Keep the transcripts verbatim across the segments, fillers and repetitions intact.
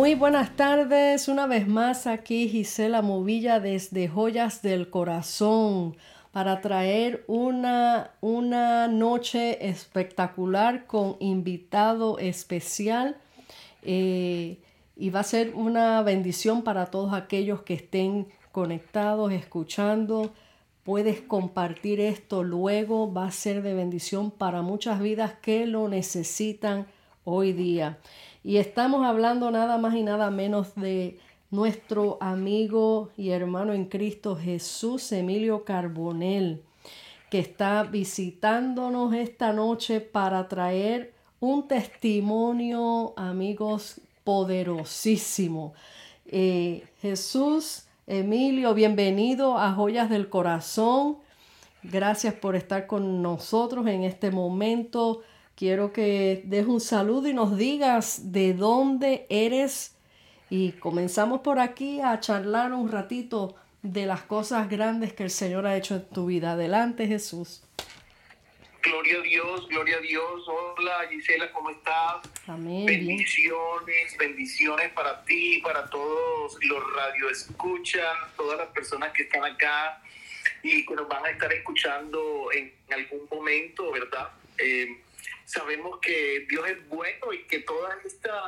Muy buenas tardes, una vez más aquí Gisela Movilla desde Joyas del Corazón para traer una, una noche espectacular con invitado especial eh, y va a ser una bendición para todos aquellos que estén conectados, escuchando. Puedes compartir esto luego, va a ser de bendición para muchas vidas que lo necesitan hoy día. Y estamos hablando nada más y nada menos de nuestro amigo y hermano en Cristo Jesús Emilio Carbonell, que está visitándonos esta noche para traer un testimonio, amigos, poderosísimo. Eh, Jesús, Emilio, bienvenido a Joyas del Corazón. Gracias por estar con nosotros en este momento. Quiero que des un saludo y nos digas de dónde eres. Y comenzamos por aquí a charlar un ratito de las cosas grandes que el Señor ha hecho en tu vida. Adelante, Jesús. Gloria a Dios, gloria a Dios. Hola Gisela, ¿cómo estás? Amén. Bendiciones, Bien. bendiciones para ti, para todos los radioescuchas, todas las personas que están acá y que nos van a estar escuchando en algún momento, ¿verdad? Eh, sabemos que Dios es bueno y que todas estas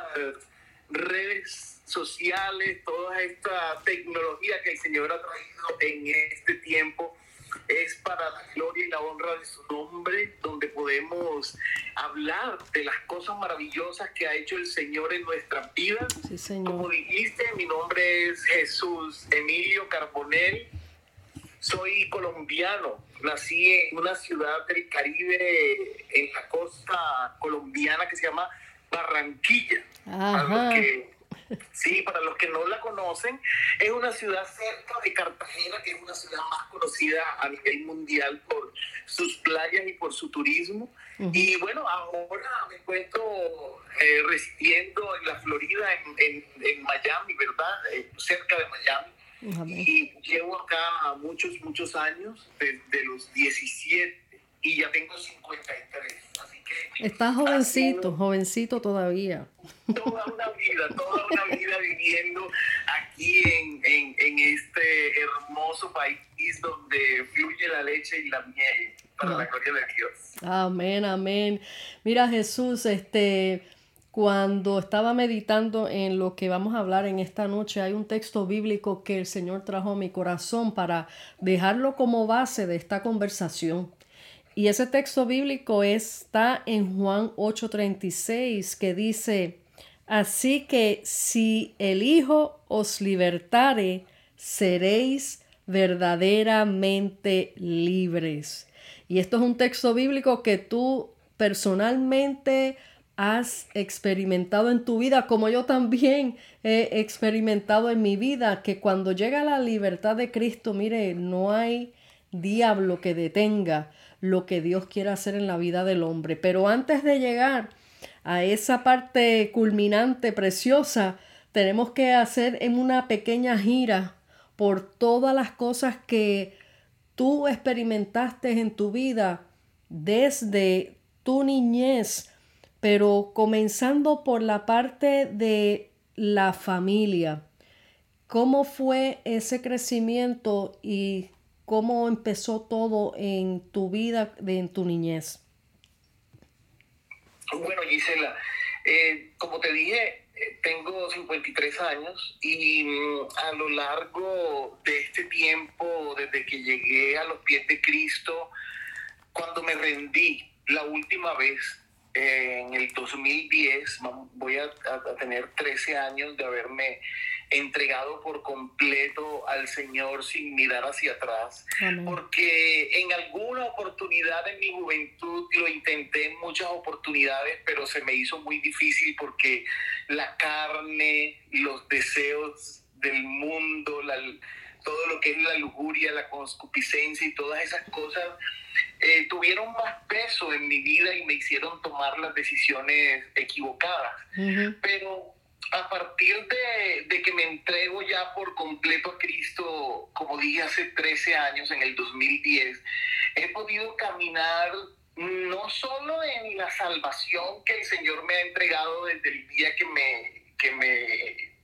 redes sociales, toda esta tecnología que el Señor ha traído en este tiempo es para la gloria y la honra de su nombre, donde podemos hablar de las cosas maravillosas que ha hecho el Señor en nuestras vidas. Sí, Señor. Como dijiste, mi nombre es Jesús Emilio Carbonell. Soy colombiano, nací en una ciudad del Caribe, en la costa colombiana que se llama Barranquilla. Ajá. Para los que, sí, para los que no la conocen, es una ciudad cerca de Cartagena, que es una ciudad más conocida a nivel mundial por sus playas y por su turismo. Uh-huh. Y bueno, ahora me encuentro eh, residiendo en la Florida, en, en, en Miami, ¿verdad? Eh, cerca de Miami. Amén. Y llevo acá muchos, muchos años, desde los diecisiete, y ya tengo cincuenta y tres. Así que estás jovencito, jovencito todavía. Toda una vida, toda una vida viviendo aquí en, en, en este hermoso país donde fluye la leche y la miel, para no. la gloria de Dios. Amén, amén. Mira, Jesús, este... Cuando estaba meditando en lo que vamos a hablar en esta noche, hay un texto bíblico que el Señor trajo a mi corazón para dejarlo como base de esta conversación. Y ese texto bíblico está en Juan ocho treinta y seis, que dice: así que si el Hijo os libertare, seréis verdaderamente libres. Y esto es un texto bíblico que tú personalmente has experimentado en tu vida, como yo también he experimentado en mi vida, que cuando llega la libertad de Cristo, mire, no hay diablo que detenga lo que Dios quiere hacer en la vida del hombre. Pero antes de llegar a esa parte culminante, preciosa, tenemos que hacer en una pequeña gira por todas las cosas que tú experimentaste en tu vida desde tu niñez, pero comenzando por la parte de la familia. ¿Cómo fue ese crecimiento y cómo empezó todo en tu vida, de, en tu niñez? Bueno, Gisela, eh, como te dije, tengo cincuenta y tres años y mm, a lo largo de este tiempo, desde que llegué a los pies de Cristo, cuando me rendí la última vez, en el dos mil diez, voy a, a tener trece años de haberme entregado por completo al Señor sin mirar hacia atrás. Amén. Porque en alguna oportunidad en mi juventud lo intenté en muchas oportunidades, pero se me hizo muy difícil porque la carne, los deseos del mundo, la, todo lo que es la lujuria, la concupiscencia y todas esas cosas Eh, tuvieron más peso en mi vida y me hicieron tomar las decisiones equivocadas. Uh-huh. Pero a partir de, de que me entrego ya por completo a Cristo, como dije hace trece años, en el dos mil diez, he podido caminar no solo en la salvación que el Señor me ha entregado desde el día que me, que me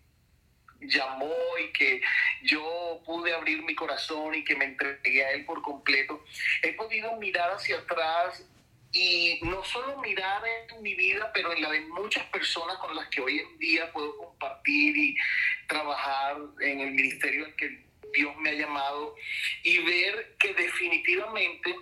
llamó y que yo pude abrir mi corazón y que me entregué a Él por completo, he podido mirar hacia atrás y no solo mirar en mi vida, pero en la de muchas personas con las que hoy en día puedo compartir y trabajar en el ministerio en que Dios me ha llamado, y ver que definitivamente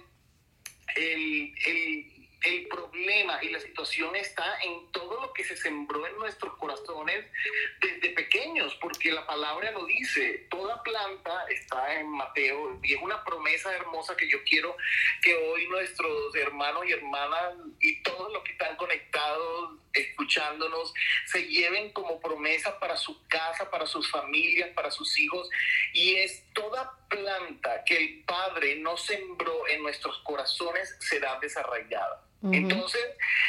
el, el, el problema y la situación está en todo lo que se sembró en nuestros corazones desde pequeños, porque la palabra lo dice, toda planta está en Mateo, y es una promesa hermosa que yo quiero que hoy nuestros hermanos y hermanas y todos los que están conectados, escuchándonos, se lleven como promesa para su casa, para sus familias, para sus hijos, y es: toda planta que el Padre no sembró en nuestros corazones será desarraigada. Uh-huh. Entonces,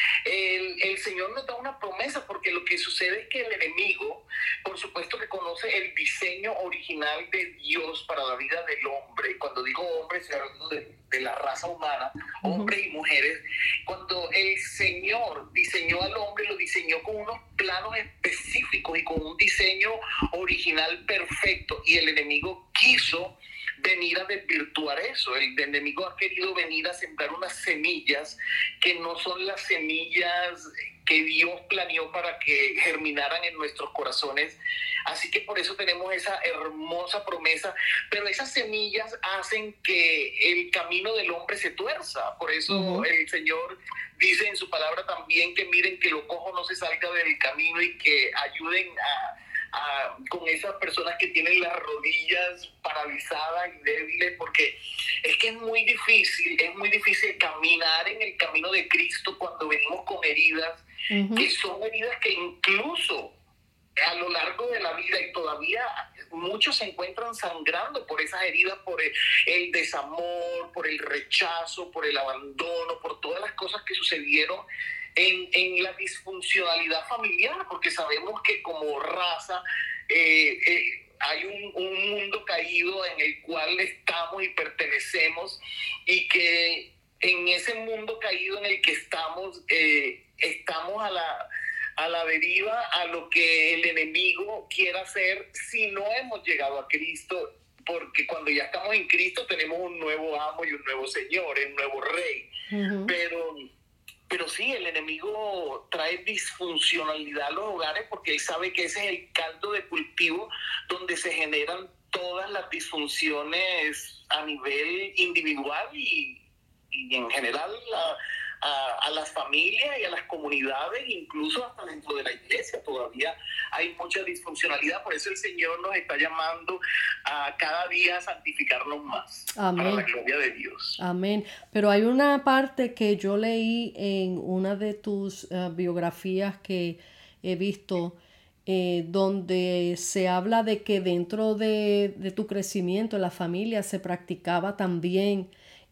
el, el Señor nos da una promesa, porque lo que sucede es que el enemigo, por supuesto, reconoce el diseño original de Dios para la vida del hombre. Cuando digo hombre, estoy hablando de, de la raza humana, uh-huh. hombres y mujeres. Cuando el Señor diseñó al hombre, lo diseñó con unos planos específicos y con un diseño original perfecto, y el enemigo quiso venir a desvirtuar eso. El enemigo ha querido venir a sembrar unas semillas que no son las semillas que Dios planeó para que germinaran en nuestros corazones. Así que por eso tenemos esa hermosa promesa, pero esas semillas hacen que el camino del hombre se tuerza. Por eso uh-huh. el Señor dice en su palabra también que miren que lo cojo no se salga del camino, y que ayuden a A, con esas personas que tienen las rodillas paralizadas y débiles, porque es que es muy difícil, es muy difícil caminar en el camino de Cristo cuando venimos con heridas, uh-huh. que son heridas que incluso a lo largo de la vida, y todavía muchos se encuentran sangrando por esas heridas, por el, el desamor, por el rechazo, por el abandono, por todas las cosas que sucedieron En, en la disfuncionalidad familiar, porque sabemos que como raza eh, eh, hay un, un mundo caído en el cual estamos y pertenecemos, y que en ese mundo caído en el que estamos, eh, estamos a la, a la deriva a lo que el enemigo quiera hacer si no hemos llegado a Cristo, porque cuando ya estamos en Cristo tenemos un nuevo amo y un nuevo Señor, un nuevo Rey. Uh-huh. Pero... Pero sí, el enemigo trae disfuncionalidad a los hogares, porque él sabe que ese es el caldo de cultivo donde se generan todas las disfunciones a nivel individual y, y en general a, a, a las familias y a las comunidades, incluso hasta dentro de la iglesia todavía hay mucha disfuncionalidad. Por eso el Señor nos está llamando a cada día a santificarnos más. Amén. Para la gloria de Dios. Amén. Pero hay una parte que yo leí en una de tus uh, biografías que he visto, eh, donde se habla de que dentro de, de tu crecimiento en la familia se practicaba también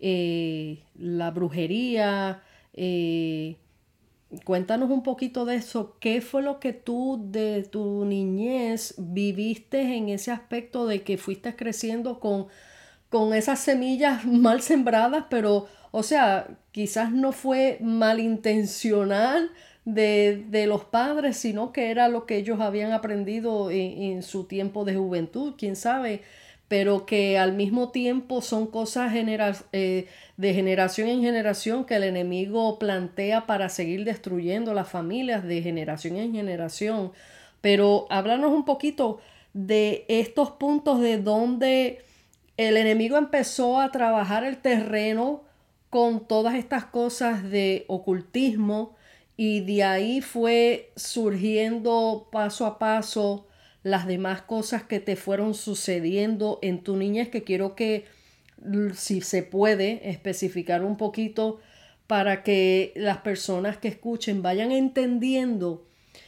eh, la brujería. Eh, Cuéntanos un poquito de eso. ¿Qué fue lo que tú de tu niñez viviste en ese aspecto de que fuiste creciendo con, con esas semillas mal sembradas? Pero, o sea, quizás no fue malintencional de, de los padres, sino que era lo que ellos habían aprendido en, en su tiempo de juventud, quién sabe, pero que al mismo tiempo son cosas genera- eh, de generación en generación que el enemigo plantea para seguir destruyendo las familias de generación en generación. Pero háblanos un poquito de estos puntos de donde el enemigo empezó a trabajar el terreno con todas estas cosas de ocultismo, y de ahí fue surgiendo paso a paso las demás cosas que te fueron sucediendo en tu niñez, que quiero que, si se puede, especificar un poquito para que las personas que escuchen vayan entendiendo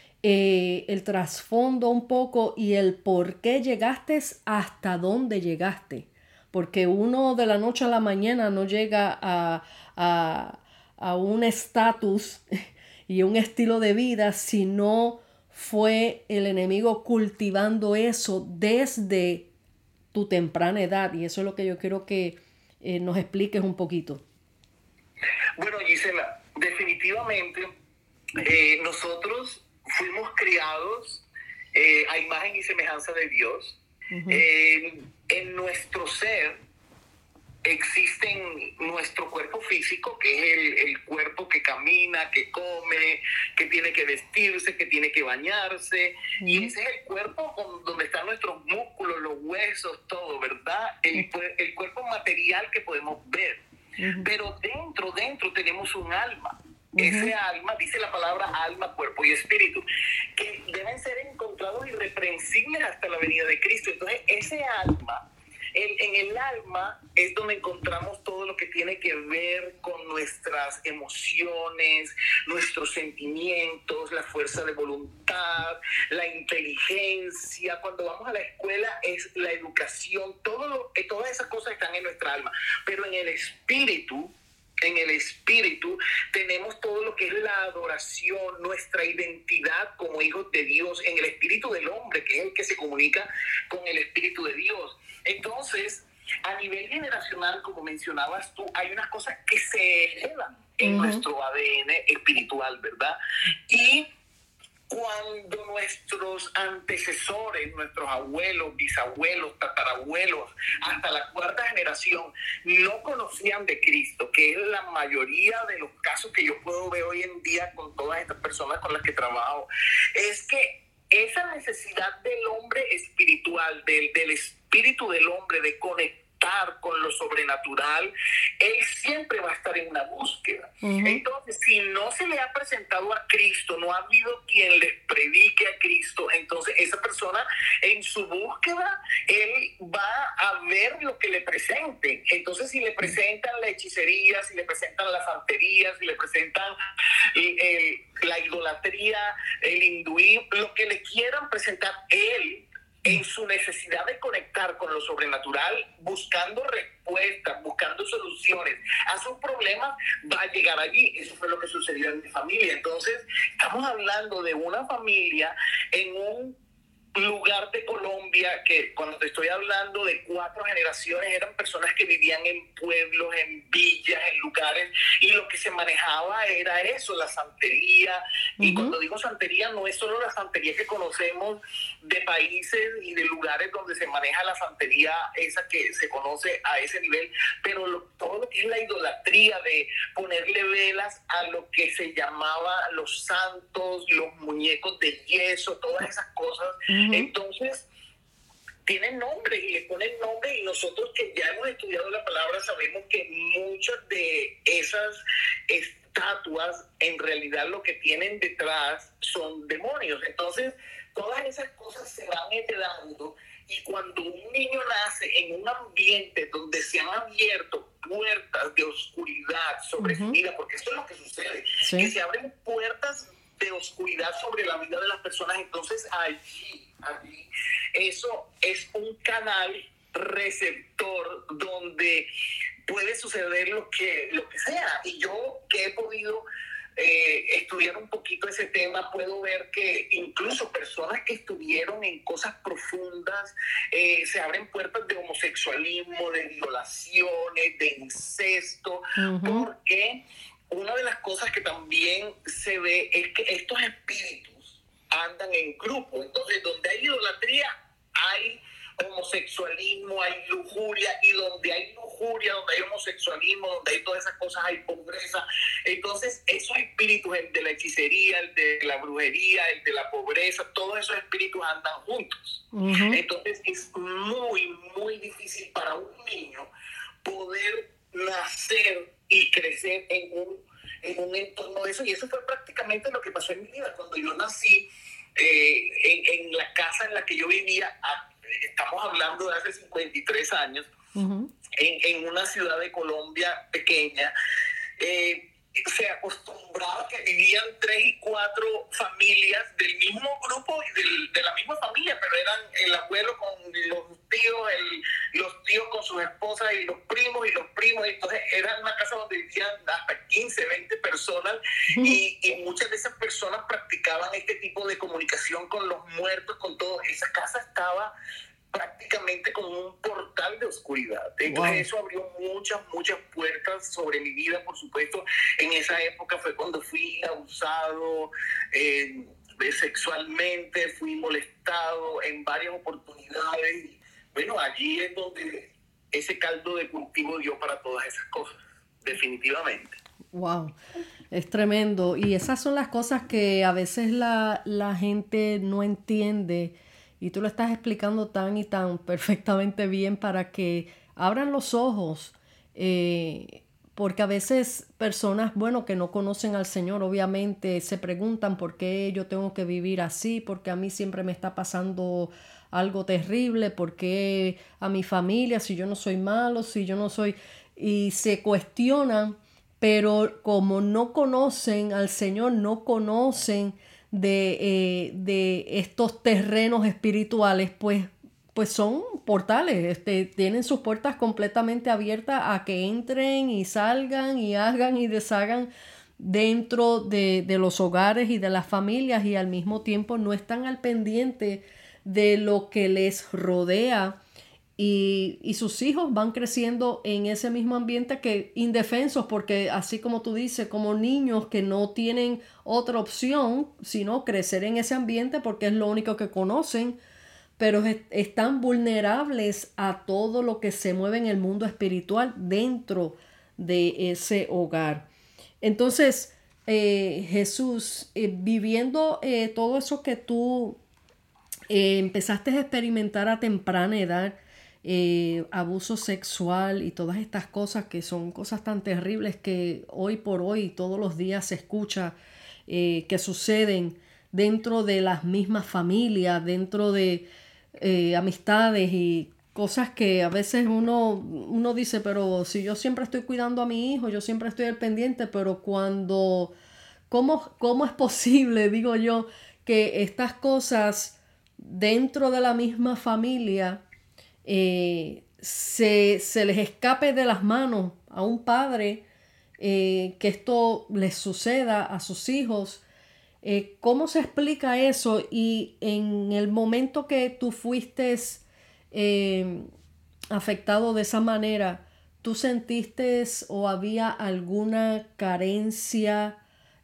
eh, el trasfondo un poco y el por qué llegaste hasta dónde llegaste. Porque uno de la noche a la mañana no llega a, a, a un estatus y un estilo de vida, sino fue el enemigo cultivando eso desde tu temprana edad. Y eso es lo que yo quiero que eh, nos expliques un poquito. Bueno, Gisela, definitivamente eh, nosotros fuimos criados eh, a imagen y semejanza de Dios. Uh-huh. eh, en nuestro ser existen nuestro cuerpo físico, que es el, el cuerpo que camina, que come, que tiene que vestirse, que tiene que bañarse, uh-huh. y ese es el cuerpo con, donde están nuestros músculos, los huesos, todo, ¿verdad? El, el cuerpo material que podemos ver. Uh-huh. Pero dentro, dentro tenemos un alma. Uh-huh. Ese alma, dice la palabra alma, cuerpo y espíritu, que deben ser encontrados irreprensibles hasta la venida de Cristo. Entonces, ese alma, en, en el alma es donde encontramos todo lo que tiene que ver con nuestras emociones, nuestros sentimientos, la fuerza de voluntad, la inteligencia. Cuando vamos a la escuela es la educación, todo lo, todas esas cosas están en nuestra alma. Pero en el espíritu, en el espíritu tenemos todo lo que es la adoración, nuestra identidad como hijos de Dios, en el espíritu del hombre, que es el que se comunica con el espíritu de Dios. Entonces, a nivel generacional, como mencionabas tú, hay unas cosas que se heredan en uh-huh. nuestro A D N espiritual, ¿verdad? Y cuando nuestros antecesores, nuestros abuelos, bisabuelos, tatarabuelos, hasta la cuarta generación, no conocían de Cristo, que es la mayoría de los casos que yo puedo ver hoy en día con todas estas personas con las que trabajo, es que esa necesidad del hombre espiritual, del, del espíritu del hombre, de conectar con lo sobrenatural, él siempre va a estar en una búsqueda. Uh-huh. Entonces, si no se le ha presentado a Cristo, no ha habido quien les predique a Cristo, entonces esa persona en su búsqueda, él va a ver lo que le presenten. Entonces, si le presentan la hechicería, si le presentan la santería, si le presentan el, el, la idolatría, el hinduismo, lo que le quieran presentar, él en su necesidad de conectar con lo sobrenatural, buscando respuestas, buscando soluciones a sus problemas, va a llegar allí. Eso fue lo que sucedió en mi familia. Entonces, estamos hablando de una familia en un lugar de Colombia que, cuando te estoy hablando de cuatro generaciones, eran personas que vivían en pueblos, en villas, en lugares, y lo que se manejaba era eso, la santería. Uh-huh. Y cuando digo santería, no es solo la santería que conocemos de países y de lugares donde se maneja la santería esa que se conoce a ese nivel, pero lo, todo lo que es la idolatría de ponerle velas a lo que se llamaba los santos, los muñecos de yeso, todas esas cosas. Uh-huh. Entonces, tienen nombre y le ponen nombre, y nosotros que ya hemos estudiado la palabra sabemos que muchas de esas estatuas en realidad lo que tienen detrás son demonios. Entonces, todas esas cosas se van heredando, y cuando un niño nace en un ambiente donde se han abierto puertas de oscuridad sobre uh-huh. su vida, porque esto es lo que sucede, ¿sí? Que se abren puertas de oscuridad sobre la vida de las personas, entonces allí Allí. Eso es un canal receptor donde puede suceder lo que, lo que sea. Y yo, que he podido eh, estudiar un poquito ese tema, puedo ver que incluso personas que estuvieron en cosas profundas, eh, se abren puertas de homosexualismo, de violaciones, de incesto, uh-huh. porque una de las cosas que también se ve es que estos espíritus andan en grupo. Entonces, donde hay idolatría, hay homosexualismo, hay lujuria, y donde hay lujuria, donde hay homosexualismo, donde hay todas esas cosas, hay pobreza. Entonces, esos espíritus, el de la hechicería, el de la brujería, el de la pobreza, todos esos espíritus andan juntos. Uh-huh. Entonces, es muy, muy difícil para un niño poder nacer y crecer en un en un entorno de eso, y eso fue prácticamente lo que pasó en mi vida. Cuando yo nací, eh, en, en la casa en la que yo vivía, estamos hablando de hace cincuenta y tres años, uh-huh. en, en una ciudad de Colombia pequeña, eh, se acostumbraba que vivían tres y cuatro familias del mismo grupo y del, de la misma familia, pero eran el abuelo con los tíos, el, los tíos con sus esposas y los primos y los primos. Entonces era una casa donde vivían hasta quince, veinte personas, y, y muchas de esas personas practicaban este tipo de comunicación con los muertos, con todo. Esa casa estaba prácticamente como un portal de oscuridad. Entonces, wow. Eso abrió muchas, muchas puertas sobre mi vida, por supuesto. En esa época fue cuando fui abusado, eh, sexualmente, fui molestado en varias oportunidades. Bueno, allí es donde ese caldo de cultivo dio para todas esas cosas, definitivamente. Wow, es tremendo. Y esas son las cosas que a veces la, la gente no entiende. Y tú lo estás explicando tan y tan perfectamente bien para que abran los ojos. Eh, porque a veces personas, bueno, que no conocen al Señor, obviamente se preguntan por qué yo tengo que vivir así, porque a mí siempre me está pasando algo terrible, por qué a mi familia, si yo no soy malo, si yo no soy... Y se cuestionan, pero como no conocen al Señor, no conocen de, eh, de estos terrenos espirituales, pues, pues son portales, este, tienen sus puertas completamente abiertas a que entren y salgan y hagan y deshagan dentro de, de los hogares y de las familias, y al mismo tiempo no están al pendiente de lo que les rodea. Y, y sus hijos van creciendo en ese mismo ambiente, que indefensos, porque así como tú dices, como niños que no tienen otra opción sino crecer en ese ambiente porque es lo único que conocen, pero es, están vulnerables a todo lo que se mueve en el mundo espiritual dentro de ese hogar. Entonces, eh, Jesús, eh, viviendo eh, todo eso que tú eh, empezaste a experimentar a temprana edad, eh, abuso sexual y todas estas cosas que son cosas tan terribles que hoy por hoy todos los días se escucha eh, que suceden dentro de las mismas familias, dentro de eh, amistades y cosas que a veces uno, uno dice, pero si yo siempre estoy cuidando a mi hijo, yo siempre estoy al pendiente, pero cuando, ¿cómo, cómo es posible, digo yo, que estas cosas dentro de la misma familia eh, se, se les escape de las manos a un padre, eh, que esto les suceda a sus hijos? Eh, ¿cómo se explica eso? Y en el momento que tú fuiste eh, afectado de esa manera, ¿tú sentiste o había alguna carencia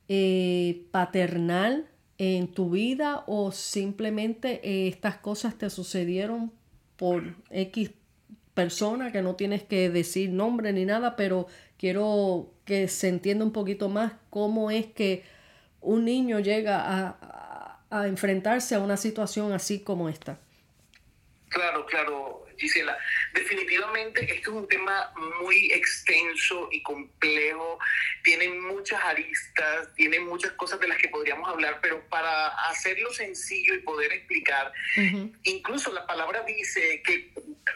eh, paternal en tu vida, o simplemente eh, estas cosas te sucedieron por X persona, que no tienes que decir nombre ni nada, pero quiero que se entienda un poquito más cómo es que un niño llega a, a, a enfrentarse a una situación así como esta? Claro, claro, Gisela. Definitivamente este es un tema muy extenso y complejo. Tiene muchas aristas, tiene muchas cosas de las que podríamos hablar, pero para hacerlo sencillo y poder explicar, uh-huh. Incluso la palabra dice que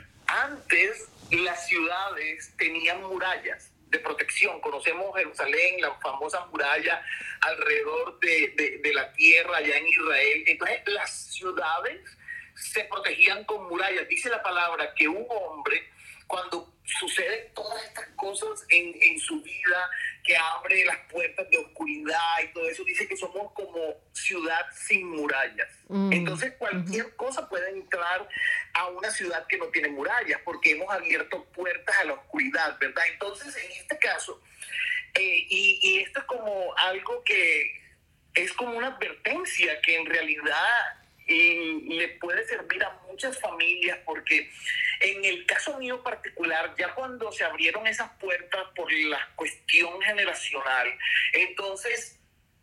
antes las ciudades tenían murallas de protección. Conocemos Jerusalén, la famosa muralla alrededor de, de, de la tierra allá en Israel. Entonces las ciudades se protegían con murallas. Dice la palabra que un hombre, cuando suceden todas estas cosas en, en su vida, que abre las puertas de oscuridad y todo eso, dice que somos como ciudad sin murallas. Mm. Entonces cualquier uh-huh. cosa puede entrar a una ciudad que no tiene murallas, porque hemos abierto puertas a la oscuridad, ¿verdad? Entonces en este caso, eh, y, y esto es como algo que es como una advertencia que en realidad y le puede servir a muchas familias, porque en el caso mío particular, ya cuando se abrieron esas puertas por la cuestión generacional, entonces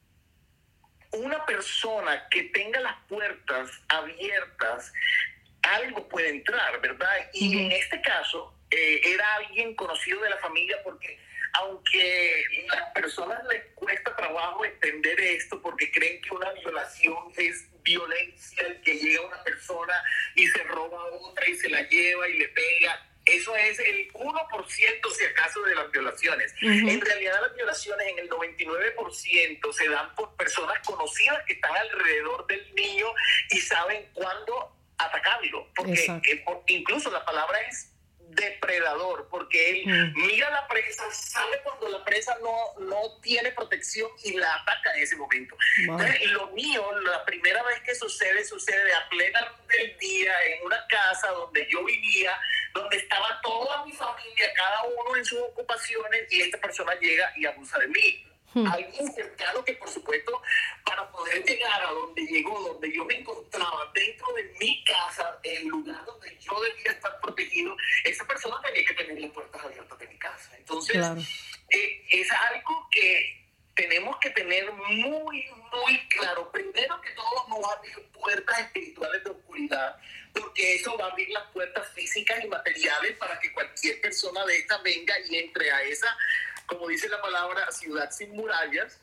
una persona que tenga las puertas abiertas, algo puede entrar, ¿verdad? Y uh-huh. en este caso eh, era alguien conocido de la familia, porque aunque a las personas les cuesta trabajo entender esto, porque creen que una violación es violencia, el que llega una persona y se roba a otra y se la lleva y le pega. Eso es el uno por ciento, si acaso, de las violaciones. Uh-huh. En realidad las violaciones en el noventa y nueve por ciento se dan por personas conocidas que están alrededor del niño y saben cuándo atacarlo. Porque eh, por, incluso la palabra es depredador, porque él mm. mira la presa, sabe cuando la presa no, no tiene protección y la ataca en ese momento. Wow. Entonces, lo mío, la primera vez que sucede, sucede a plena luz del día en una casa donde yo vivía, donde estaba toda mi familia, cada uno en sus ocupaciones, y esta persona llega y abusa de mí. Hmm. Alguien cercano que, por supuesto, para poder llegar a donde llegó, donde yo me encontraba, dentro de mi casa, el lugar donde yo debía estar protegido, esa persona tenía que tener las puertas abiertas de mi casa. Entonces, Claro. eh, es algo que tenemos que tener muy, muy claro. Primero que todo, no va a abrir puertas espirituales de oscuridad, porque eso va a abrir las puertas físicas y materiales para que cualquier persona de esta venga y entre a esa, como dice la palabra, ciudad sin murallas,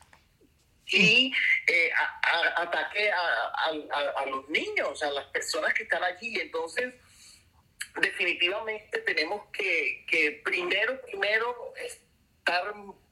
y eh, a, a, ataque a, a, a, a los niños, a las personas que están allí. Entonces, definitivamente tenemos que, que primero, primero estar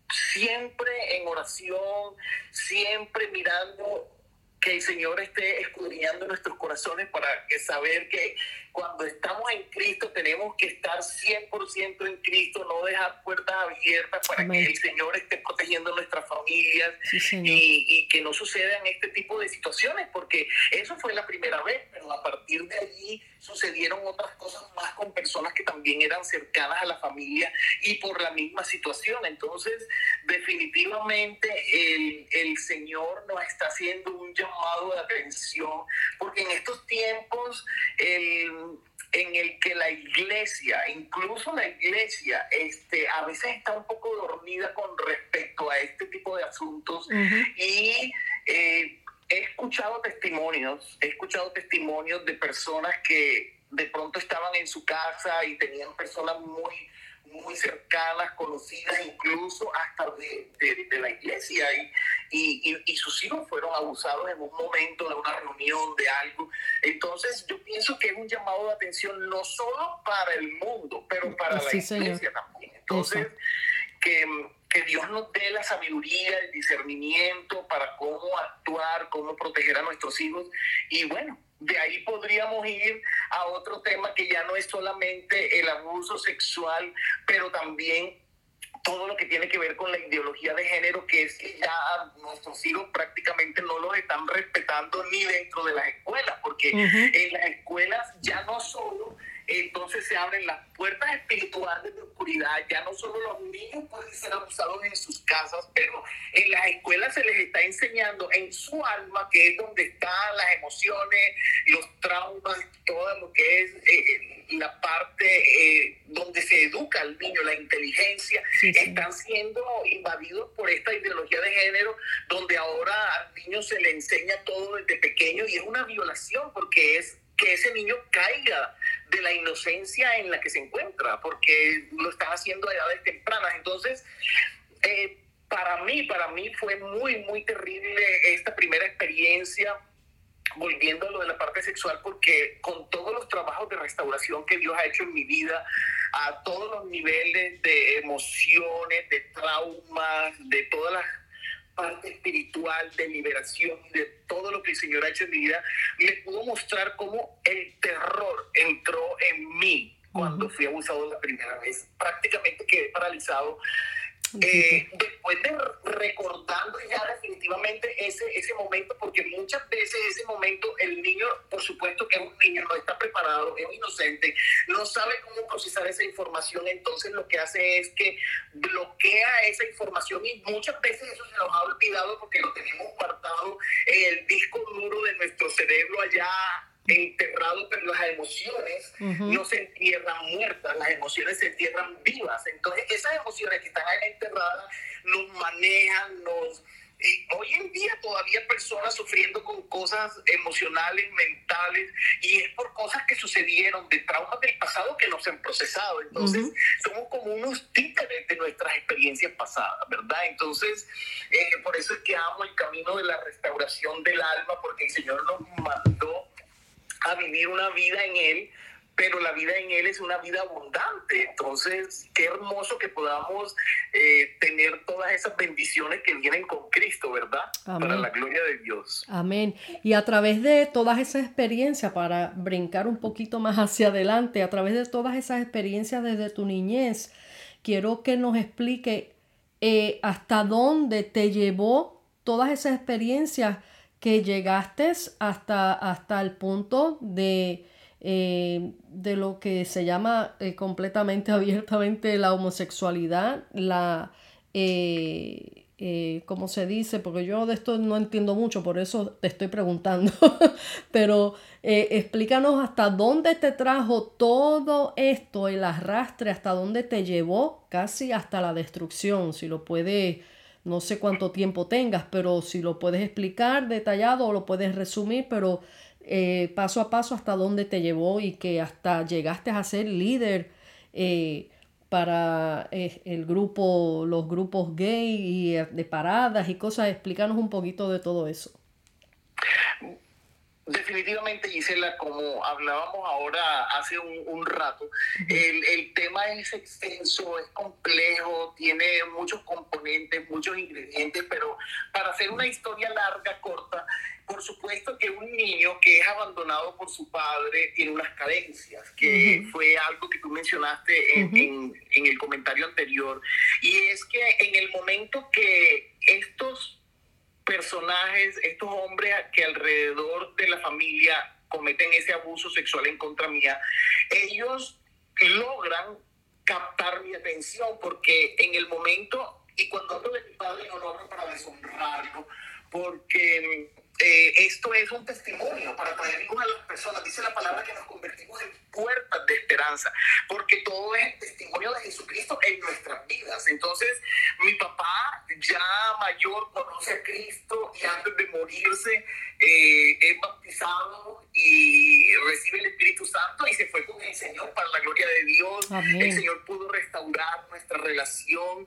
siempre en oración, siempre mirando que el Señor esté escudriñando nuestros corazones para que saber que cuando estamos en Cristo tenemos que estar cien por ciento en Cristo, no dejar puertas abiertas para Amén. que el Señor esté protegiendo nuestras familias Sí, Señor. y, y que no sucedan este tipo de situaciones, porque eso fue la primera vez, pero a partir de allí sucedieron otras cosas más con personas que también eran cercanas a la familia y por la misma situación. Entonces, definitivamente el, el Señor nos está haciendo un llamado de atención, porque en estos tiempos el, en el que la iglesia, incluso la iglesia, este, a veces está un poco dormida con respecto a este tipo de asuntos. Uh-huh. y eh, he escuchado testimonios, he escuchado testimonios de personas que de pronto estaban en su casa y tenían personas muy, muy cercanas, conocidas, incluso hasta de, de, de la iglesia, y, y, y, y sus hijos fueron abusados en un momento de una reunión, de algo. Entonces yo pienso que es un llamado de atención no solo para el mundo, pero para Sí, la Señor. iglesia también. Entonces, Exacto. que, que Dios nos dé la sabiduría, el discernimiento para cómo actuar, cómo proteger a nuestros hijos. Y bueno, de ahí podríamos ir a otro tema que ya no es solamente el abuso sexual, pero también todo lo que tiene que ver con la ideología de género, que es que ya nuestros hijos prácticamente no los están respetando ni dentro de las escuelas, porque Uh-huh. en las escuelas ya no solo entonces se abren las puertas espirituales de oscuridad, ya no solo los niños pueden ser abusados en sus casas, pero en las escuelas se les está enseñando en su alma, que es donde están las emociones, los traumas, todo lo que es eh, la parte eh, donde se educa al niño, la inteligencia, Sí, sí. están siendo invadidos por esta ideología de género, donde ahora al niño se le enseña todo desde pequeño, y es una violación, porque es que ese niño caiga de la inocencia en la que se encuentra, porque lo están haciendo a edades tempranas. Entonces, eh, para mí, para mí fue muy, muy terrible esta primera experiencia, volviendo a lo de la parte sexual, porque con todos los trabajos de restauración que Dios ha hecho en mi vida, a todos los niveles de emociones, de traumas, de todas las parte espiritual, de liberación, de todo lo que el Señor ha hecho en mi vida, me pudo mostrar cómo el terror entró en mí cuando uh-huh. fui abusado la primera vez. Prácticamente quedé paralizado. Eh, después de recordando ya definitivamente ese, ese momento, porque muchas veces ese momento el niño, por supuesto que es un niño, no está preparado, es inocente, no sabe cómo procesar esa información, entonces lo que hace es que bloquea esa información, y muchas veces eso se nos ha olvidado porque lo tenemos guardado en el disco duro de nuestro cerebro allá enterrado, pero las emociones uh-huh. no se entierran muertas, las emociones se entierran vivas. Entonces esas emociones que están ahí enterradas nos manejan, nos... Eh, hoy en día todavía hay personas sufriendo con cosas emocionales, mentales, y es por cosas que sucedieron, de traumas del pasado que no se han procesado. Entonces uh-huh. somos como unos títeres de nuestras experiencias pasadas, ¿verdad? Entonces eh, por eso es que amo el camino de la restauración del alma, porque el Señor nos mandó a vivir una vida en Él, pero la vida en Él es una vida abundante. Entonces, qué hermoso que podamos eh, tener todas esas bendiciones que vienen con Cristo, ¿verdad? Amén. Para la gloria de Dios. Amén. Y a través de todas esas experiencias, para brincar un poquito más hacia adelante, a través de todas esas experiencias desde tu niñez, quiero que nos explique eh, hasta dónde te llevó todas esas experiencias que llegaste hasta, hasta el punto de, eh, de lo que se llama eh, completamente abiertamente la homosexualidad, la, eh, eh, ¿cómo se dice? Porque yo de esto no entiendo mucho, por eso te estoy preguntando. Pero eh, explícanos hasta dónde te trajo todo esto, el arrastre, hasta dónde te llevó casi hasta la destrucción. Si lo puedes, no sé cuánto tiempo tengas, pero si lo puedes explicar detallado o lo puedes resumir, pero eh, paso a paso hasta dónde te llevó y que hasta llegaste a ser líder eh, para eh, el grupo, los grupos gay y eh, de paradas y cosas. Explícanos un poquito de todo eso. Definitivamente, Gisela, como hablábamos ahora hace un, un rato, el, el tema es extenso, es complejo, tiene muchos componentes, muchos ingredientes, pero para hacer una historia larga, corta, por supuesto que un niño que es abandonado por su padre tiene unas carencias, que uh-huh. fue algo que tú mencionaste en, uh-huh. en, en el comentario anterior, y es que en el momento que estos personajes, estos hombres que alrededor de la familia cometen ese abuso sexual en contra mía, ellos logran captar mi atención, porque en el momento, y cuando hablo de mi padre no lo hablo para deshonrarlo, porque eh, esto es un testimonio para traer luz a las personas. Dice la palabra que nos convertimos en puertas de esperanza, porque todo es el testimonio de Jesucristo en nuestras vidas. Entonces, mi papá, ya mayor, conoce a Cristo y antes de morirse eh, es bautizado y recibe el Espíritu Santo y se fue con el Señor para la gloria de Dios. Amén. El Señor pudo restaurar nuestra relación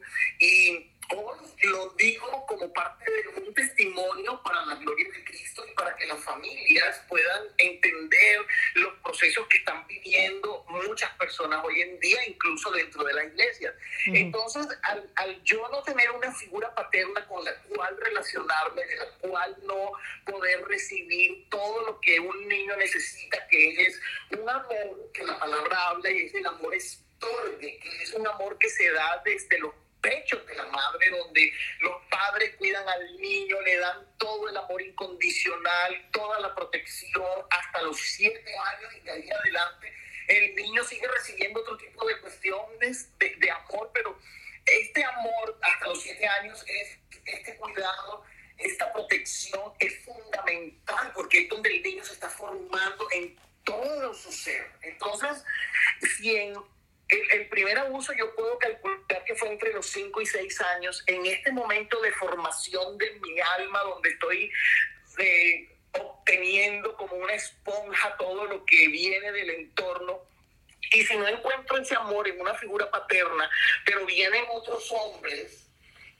y hoy lo digo como parte de un testimonio para la gloria de Cristo y para que las familias puedan entender los procesos que están viviendo muchas personas hoy en día, incluso dentro de la iglesia. Uh-huh. Entonces, al, al yo no tener una figura paterna con la cual relacionarme, de la cual no poder recibir todo lo que un niño necesita, que es un amor que la palabra habla y es el amor estorbe, que es un amor que se da desde los pechos de la madre, donde los padres cuidan al niño, le dan todo el amor incondicional, toda la protección hasta los siete años y de ahí adelante el niño sigue recibiendo otro tipo de cuestiones de, de amor, pero este amor hasta los siete años es este cuidado, esta protección es fundamental, porque es donde el niño se está formando en todo su ser. Entonces, si en El, el primer abuso yo puedo calcular que fue entre los cinco y seis años, en este momento de formación de mi alma, donde estoy eh, obteniendo como una esponja todo lo que viene del entorno. Y si no encuentro ese amor en una figura paterna, pero vienen otros hombres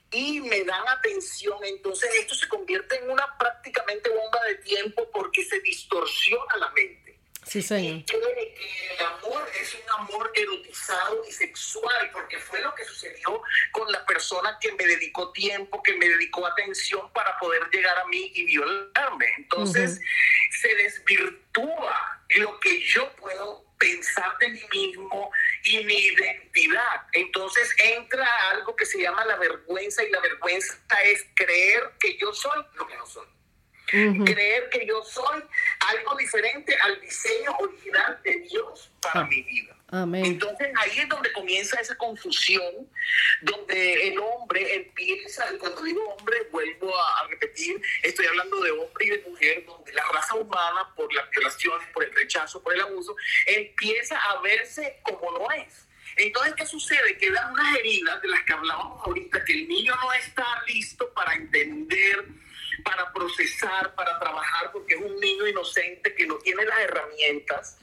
y me dan atención, entonces esto se convierte en una prácticamente bomba de tiempo, porque se distorsiona la mente. Sí, señor. Y cree que el amor es un amor erotizado y sexual, porque fue lo que sucedió con la persona que me dedicó tiempo, que me dedicó atención para poder llegar a mí y violarme. Entonces, uh-huh. se desvirtúa lo que yo puedo pensar de mí mismo y mi identidad. Entonces entra algo que se llama la vergüenza, y la vergüenza es creer que yo soy lo que no soy. Uh-huh. Creer que yo soy algo diferente al diseño original de Dios para ah. mi vida. Amén. Entonces ahí es donde comienza esa confusión, donde el hombre empieza, y cuando digo hombre vuelvo a, a repetir, estoy hablando de hombre y de mujer, donde la raza humana, por las violaciones, por el rechazo, por el abuso, empieza a verse como no es. Entonces, ¿qué sucede? Quedan unas heridas de las que hablábamos ahorita, que el niño no está listo para entender, para procesar, para trabajar, porque es un niño inocente que no tiene las herramientas,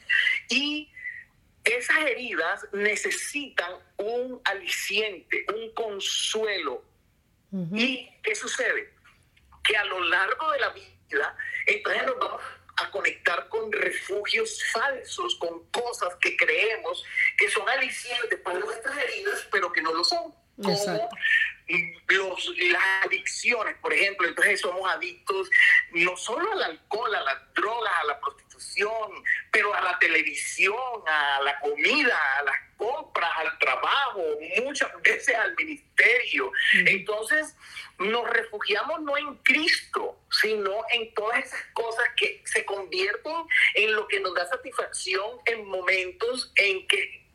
y esas heridas necesitan un aliciente, un consuelo. Uh-huh. ¿Y qué sucede? Que a lo largo de la vida, entonces nos vamos a conectar con refugios falsos, con cosas que creemos que son alicientes para nuestras heridas, pero que no lo son. Como los, las adicciones, por ejemplo. Entonces somos adictos no solo al alcohol, a las drogas, a la prostitución, pero a la televisión, a la comida, a las compras, al trabajo, muchas veces al ministerio. Uh-huh. Entonces nos refugiamos no en Cristo, sino en todas esas cosas que se convierten en lo que nos da satisfacción en momentos en que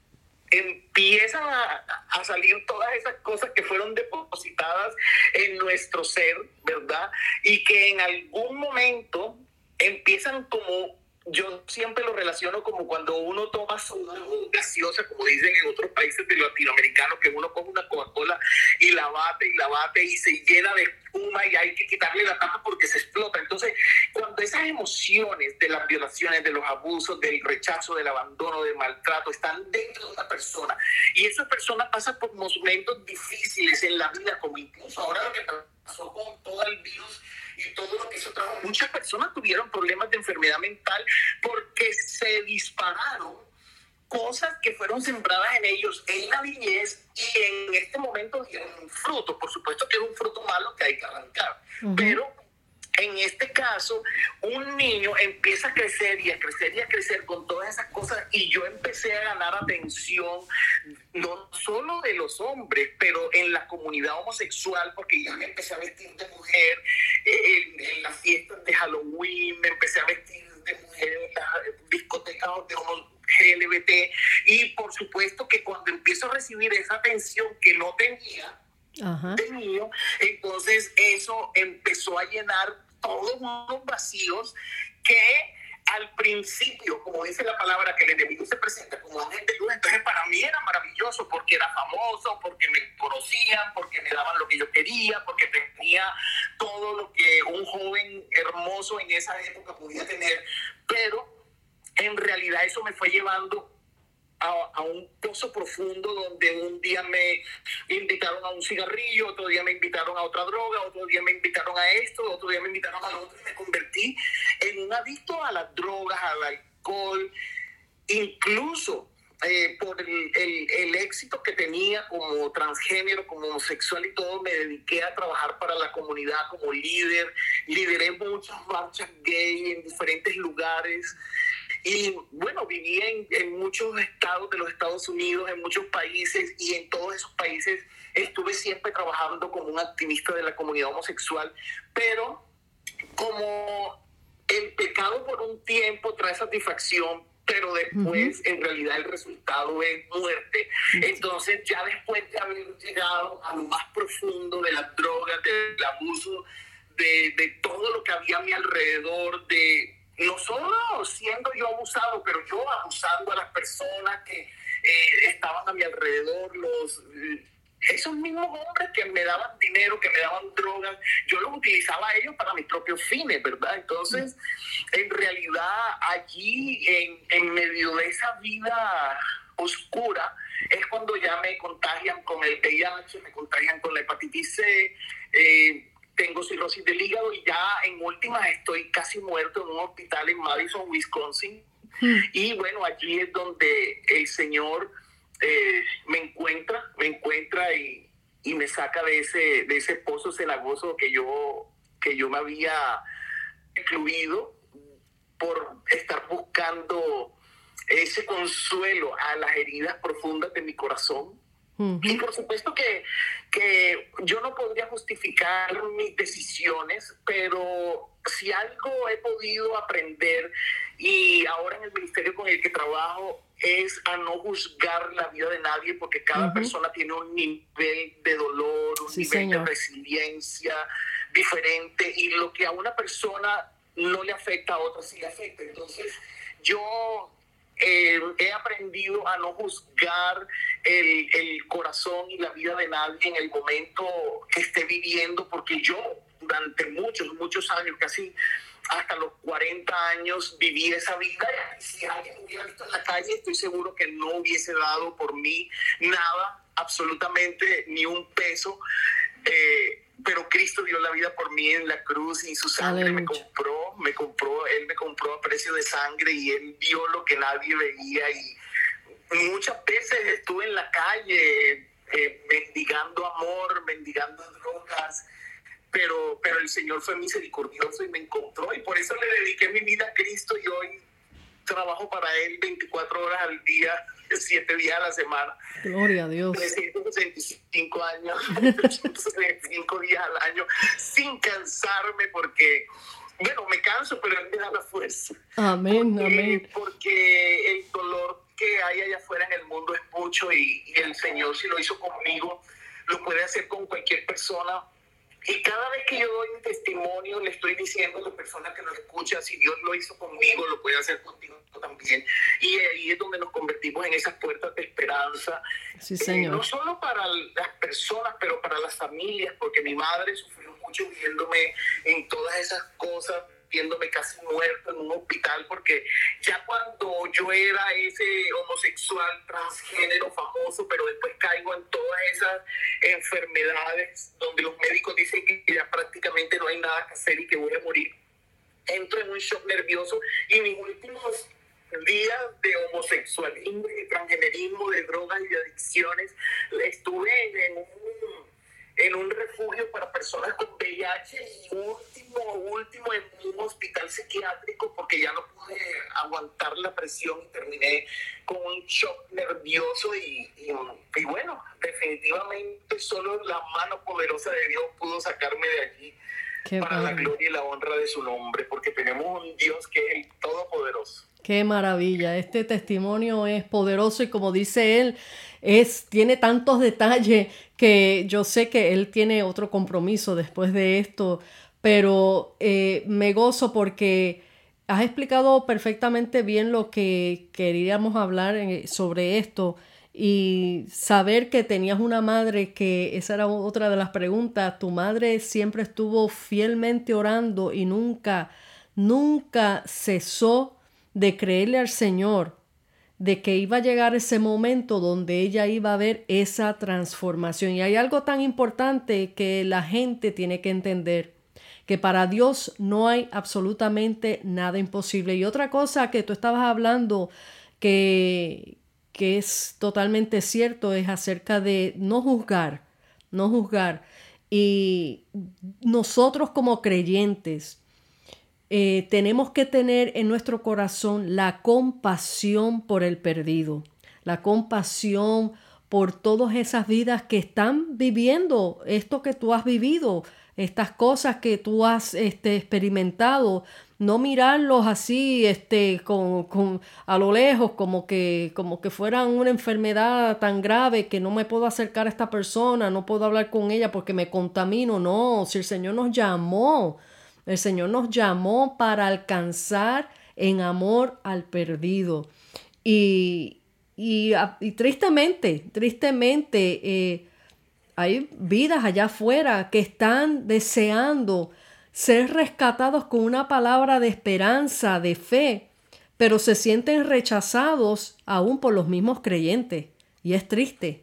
empiezan a, a salir todas esas cosas que fueron depositadas en nuestro ser, ¿verdad? Y que en algún momento empiezan como, yo siempre lo relaciono como cuando uno toma soda o gaseosa, como dicen en otros países de latinoamericanos, que uno coge una Coca-Cola y la bate y la bate y se llena de espuma y hay que quitarle la tapa porque se explota. Entonces, cuando esas emociones de las violaciones, de los abusos, del rechazo, del abandono, del maltrato, están dentro de una persona y esa persona pasa por momentos difíciles en la vida, como incluso ahora lo que pasó con todo el virus y todo lo que eso trajo, muchas personas tuvieron problemas de enfermedad mental porque se dispararon cosas que fueron sembradas en ellos en la niñez y en este momento dieron un fruto. Por supuesto que es un fruto malo que hay que arrancar, uh-huh. Pero en este caso, un niño empieza a crecer y a crecer y a crecer con todas esas cosas y yo empecé a ganar atención no solo de los hombres, pero en la comunidad homosexual, porque ya me empecé a vestir de mujer en, en las fiestas de Halloween, me empecé a vestir de mujer en las discotecas de L G B T y por supuesto que cuando empiezo a recibir esa atención que no tenía, Ajá. de niño, entonces eso empezó a llenar todos unos vacíos que al principio, como dice la palabra, que el enemigo se presenta como ángel de luz, entonces para mí era maravilloso porque era famoso, porque me conocían, porque me daban lo que yo quería, porque tenía todo lo que un joven hermoso en esa época podía tener, pero en realidad eso me fue llevando A, a un pozo profundo donde un día me invitaron a un cigarrillo, otro día me invitaron a otra droga, otro día me invitaron a esto, otro día me invitaron a lo otro y me convertí en un adicto a las drogas, al alcohol, incluso eh, por el, el, el éxito que tenía como transgénero, como homosexual y todo, me dediqué a trabajar para la comunidad como líder, lideré muchas marchas gay en diferentes lugares. Y bueno, viví en, en muchos estados de los Estados Unidos, en muchos países, y en todos esos países estuve siempre trabajando como un activista de la comunidad homosexual, pero como el pecado por un tiempo trae satisfacción, pero después uh-huh. en realidad el resultado es muerte. Uh-huh. Entonces ya después de haber llegado a lo más profundo de las drogas, del abuso, de, de todo lo que había a mi alrededor, de no solo siendo yo abusado, pero yo abusando a las personas que eh, estaban a mi alrededor, los, eh, esos mismos hombres que me daban dinero, que me daban drogas, yo los utilizaba a ellos para mis propios fines, ¿verdad? Entonces, en realidad, allí, en, en medio de esa vida oscura, es cuando ya me contagian con el V I H, me contagian con la hepatitis C, eh, tengo cirrosis del hígado y ya en últimas estoy casi muerto en un hospital en Madison, Wisconsin. Mm. Y bueno, allí es donde el Señor eh, me encuentra, me encuentra y, y me saca de ese, de ese pozo cenagoso que yo, que yo me había excluido por estar buscando ese consuelo a las heridas profundas de mi corazón. Uh-huh. Y por supuesto que, que yo no podría justificar mis decisiones, pero si algo he podido aprender y ahora en el ministerio con el que trabajo es a no juzgar la vida de nadie, porque cada uh-huh. persona tiene un nivel de dolor, un sí, nivel señor. de resiliencia diferente, y lo que a una persona no le afecta a otra sí le afecta. Entonces yo Eh, he aprendido a no juzgar el, el corazón y la vida de nadie en el momento que esté viviendo, porque yo durante muchos, muchos años, casi hasta los cuarenta años, viví esa vida. Y si alguien me hubiera visto en la calle, estoy seguro que no hubiese dado por mí nada, absolutamente ni un peso. Eh, pero Cristo dio la vida por mí en la cruz y su sangre Aleluya. me compró, me compró, Él me compró a precio de sangre y Él vio lo que nadie veía. Y muchas veces estuve en la calle eh, mendigando amor, mendigando drogas, pero, pero el Señor fue misericordioso y me encontró, y por eso le dediqué mi vida a Cristo y hoy trabajo para Él veinticuatro horas al día, siete días a la semana. Gloria a Dios. trescientos sesenta y cinco años, trescientos sesenta y cinco días al año, sin cansarme, porque, bueno, me canso, pero Él me da la fuerza. Amén, porque, amén. Porque el dolor que que hay allá afuera en el mundo es mucho y, y el Señor, si lo hizo conmigo, lo puede hacer con cualquier persona. Y cada vez que yo doy mi testimonio, le estoy diciendo a la persona que lo escucha, si Dios lo hizo conmigo, lo puede hacer contigo también. Y ahí es donde nos convertimos en esas puertas de esperanza. Sí, Señor. Eh, no solo para las personas, pero para las familias, porque mi madre sufrió mucho viéndome en todas esas cosas, viéndome casi muerto en un hospital, porque ya cuando yo era ese homosexual transgénero famoso, pero después caigo en todas esas enfermedades donde los médicos dicen que ya prácticamente no hay nada que hacer y que voy a morir, entro en un shock nervioso y mis últimos días de homosexualismo, de transgenerismo, de drogas y de adicciones, estuve en un en un refugio para personas con V I H y último, último en un hospital psiquiátrico porque ya no pude aguantar la presión y terminé con un shock nervioso y, y, y bueno, definitivamente solo la mano poderosa de Dios pudo sacarme de allí. Qué para padre. La gloria y la honra de su nombre, porque tenemos un Dios que es el Todopoderoso. Qué maravilla, este testimonio es poderoso y como dice él, es, tiene tantos detalles que yo sé que él tiene otro compromiso después de esto, pero eh, me gozo porque has explicado perfectamente bien lo que queríamos hablar sobre esto y saber que tenías una madre que, esa era otra de las preguntas, tu madre siempre estuvo fielmente orando y nunca, nunca cesó de creerle al Señor, de que iba a llegar ese momento donde ella iba a ver esa transformación. Y hay algo tan importante que la gente tiene que entender, que para Dios no hay absolutamente nada imposible. Y otra cosa que tú estabas hablando que, que es totalmente cierto es acerca de no juzgar, no juzgar. Y nosotros como creyentes, Eh, tenemos que tener en nuestro corazón la compasión por el perdido, la compasión por todas esas vidas que están viviendo esto que tú has vivido, estas cosas que tú has este, experimentado, no mirarlos así este, con, con, a lo lejos como que, como que fueran una enfermedad tan grave que no me puedo acercar a esta persona, no puedo hablar con ella porque me contamino. No, si el Señor nos llamó, el Señor nos llamó para alcanzar en amor al perdido. Y, y, y tristemente, tristemente, eh, hay vidas allá afuera que están deseando ser rescatados con una palabra de esperanza, de fe, pero se sienten rechazados aún por los mismos creyentes. Y es triste,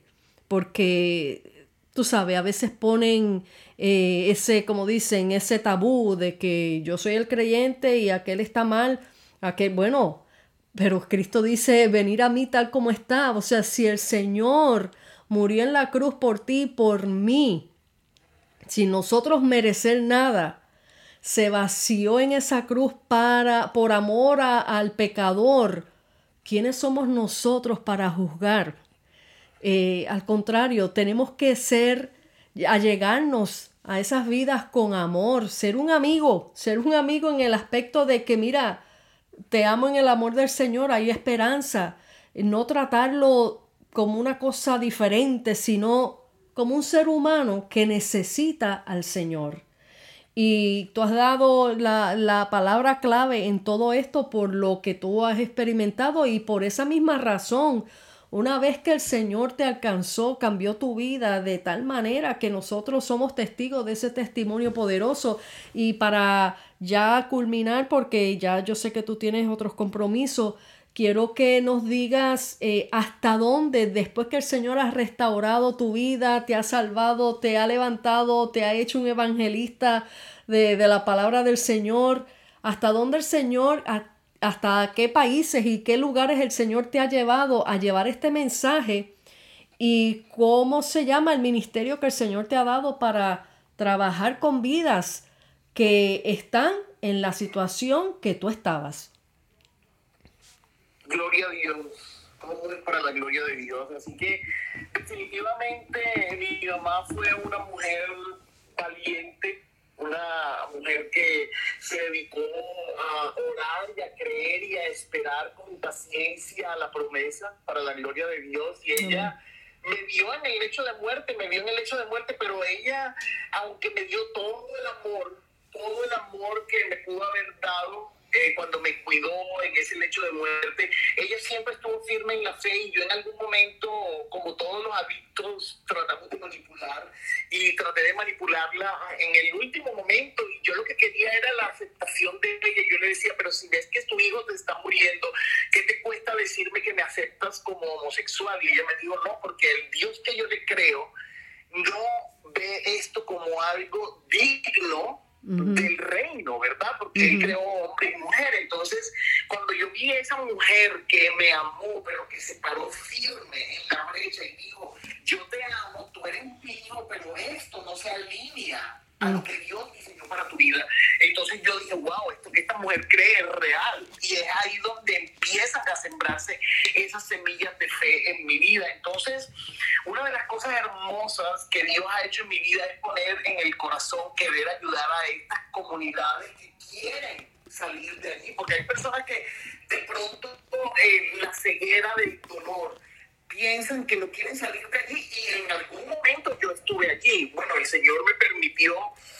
porque tú sabes, a veces ponen eh, ese, como dicen, ese tabú de que yo soy el creyente y aquel está mal, aquel, bueno, pero Cristo dice, venir a mí tal como está. O sea, si el Señor murió en la cruz por ti y por mí, sin nosotros merecer nada, se vació en esa cruz para, por amor a, al pecador, ¿quiénes somos nosotros para juzgar? Eh, al contrario, tenemos que ser, allegarnos a esas vidas con amor, ser un amigo, ser un amigo en el aspecto de que, mira, te amo en el amor del Señor, hay esperanza, no tratarlo como una cosa diferente, sino como un ser humano que necesita al Señor. Y tú has dado la, la palabra clave en todo esto por lo que tú has experimentado y por esa misma razón. Una vez que el Señor te alcanzó, cambió tu vida de tal manera que nosotros somos testigos de ese testimonio poderoso. Y para ya culminar, porque ya yo sé que tú tienes otros compromisos, quiero que nos digas eh, hasta dónde, después que el Señor ha restaurado tu vida, te ha salvado, te ha levantado, te ha hecho un evangelista de, de la palabra del Señor, hasta dónde el Señor... hasta qué países y qué lugares el Señor te ha llevado a llevar este mensaje y cómo se llama el ministerio que el Señor te ha dado para trabajar con vidas que están en la situación que tú estabas. Gloria a Dios, todo es para la gloria de Dios. Así que definitivamente mi mamá fue una mujer valiente, una mujer que se dedicó a orar y a creer y a esperar con paciencia la promesa para la gloria de Dios. Y ella me vio en el lecho de muerte, me vio en el lecho de muerte, pero ella, aunque me dio todo el amor, todo el amor que me pudo haber dado, Eh, cuando me cuidó en ese lecho de muerte, ella siempre estuvo firme en la fe, y yo en algún momento, como todos los adictos, tratamos de manipular y traté de manipularla en el último momento, y yo lo que quería era la aceptación de ella. Yo le decía, pero si ves que tu hijo te está muriendo, ¿qué te cuesta decirme que me aceptas como homosexual? Y ella me dijo, no, porque el Dios que yo le creo no ve esto como algo digno Uh-huh. del reino, ¿verdad? Porque uh-huh. él creó hombre y mujer. Entonces, cuando yo vi a esa mujer que me amó, pero que se paró firme en la brecha y dijo, yo te amo, tú eres mi hijo, pero esto no se alinea a lo que Dios diseñó para tu vida. Entonces yo dije, wow, esto que esta mujer cree es real. Y es ahí donde empiezan a sembrarse esas semillas de fe en mi vida. Entonces, una de las cosas hermosas que Dios ha hecho en mi vida es poner en el corazón querer ayudar a estas comunidades que quieren salir de allí. Porque hay personas que de pronto eh, la ceguera del dolor piensan que no quieren salir de allí, y en algún momento yo estuve allí. Bueno, el Señor me permitió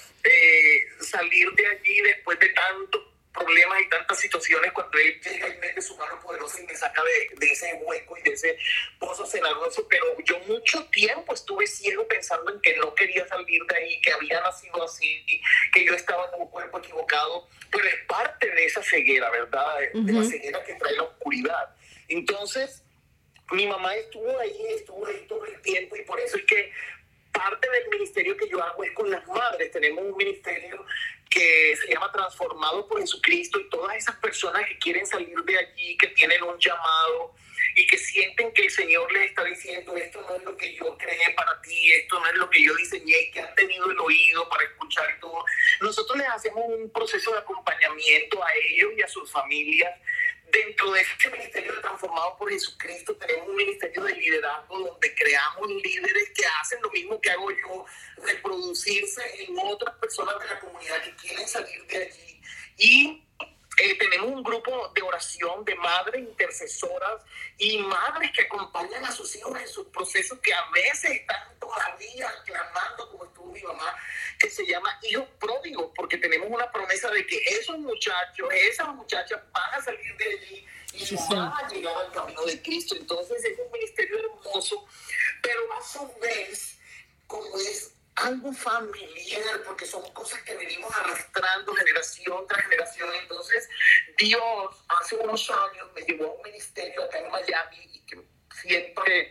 eh, salir de allí después de tantos problemas y tantas situaciones, cuando Él llega y mete su mano poderosa y me saca de, de ese hueco y de ese pozo cenagoso. Pero yo mucho tiempo estuve ciego pensando en que no quería salir de ahí, que había nacido así, que yo estaba en un cuerpo equivocado, pero es parte de esa ceguera, ¿verdad? De, uh-huh. de la ceguera que trae la oscuridad. Entonces, mi mamá estuvo ahí, estuvo ahí todo el tiempo, y por eso es que parte del ministerio que yo hago es con las madres. Tenemos un ministerio que se llama Transformado por Jesucristo, y todas esas personas que quieren salir de allí, que tienen un llamado y que sienten que el Señor les está diciendo, esto no es lo que yo creé para ti, esto no es lo que yo diseñé, que han tenido el oído para escuchar y todo. Nosotros les hacemos un proceso de acompañamiento a ellos y a sus familias. Dentro de este ministerio de Transformado por Jesucristo tenemos un ministerio de liderazgo donde creamos líderes que hacen lo mismo que hago yo, reproducirse en otras personas de la comunidad que quieren salir de allí. Y eh, tenemos un grupo de oración de madres intercesoras y madres que acompañan a sus hijos en sus procesos, que a veces están todavía clamando, como estuvo mi mamá, que se llama Hijos Pródigos, porque tenemos una promesa de que esos muchachos, esas muchachas van a salir de allí y sí, sí. van a llegar al camino de Cristo. Entonces es un ministerio hermoso, pero a su vez, como es algo familiar, porque son cosas que venimos arrastrando generación tras generación. Entonces Dios hace unos años me llevó a un ministerio acá en Miami, y que siempre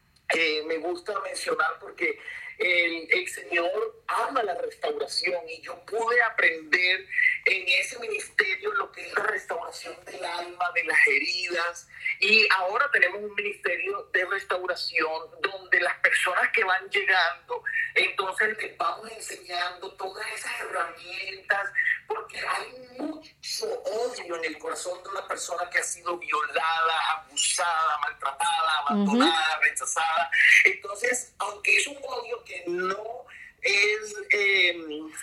eh, me gusta mencionar, porque El, el Señor ama la restauración, y yo pude aprender en ese ministerio lo que es la restauración del alma, de las heridas. Y ahora tenemos un ministerio de restauración donde las personas que van llegando, entonces les vamos enseñando todas esas herramientas, porque hay mucho odio en el corazón de una persona que ha sido violada, abusada, maltratada, abandonada, uh-huh. rechazada. Entonces, aunque es un odio que no es eh,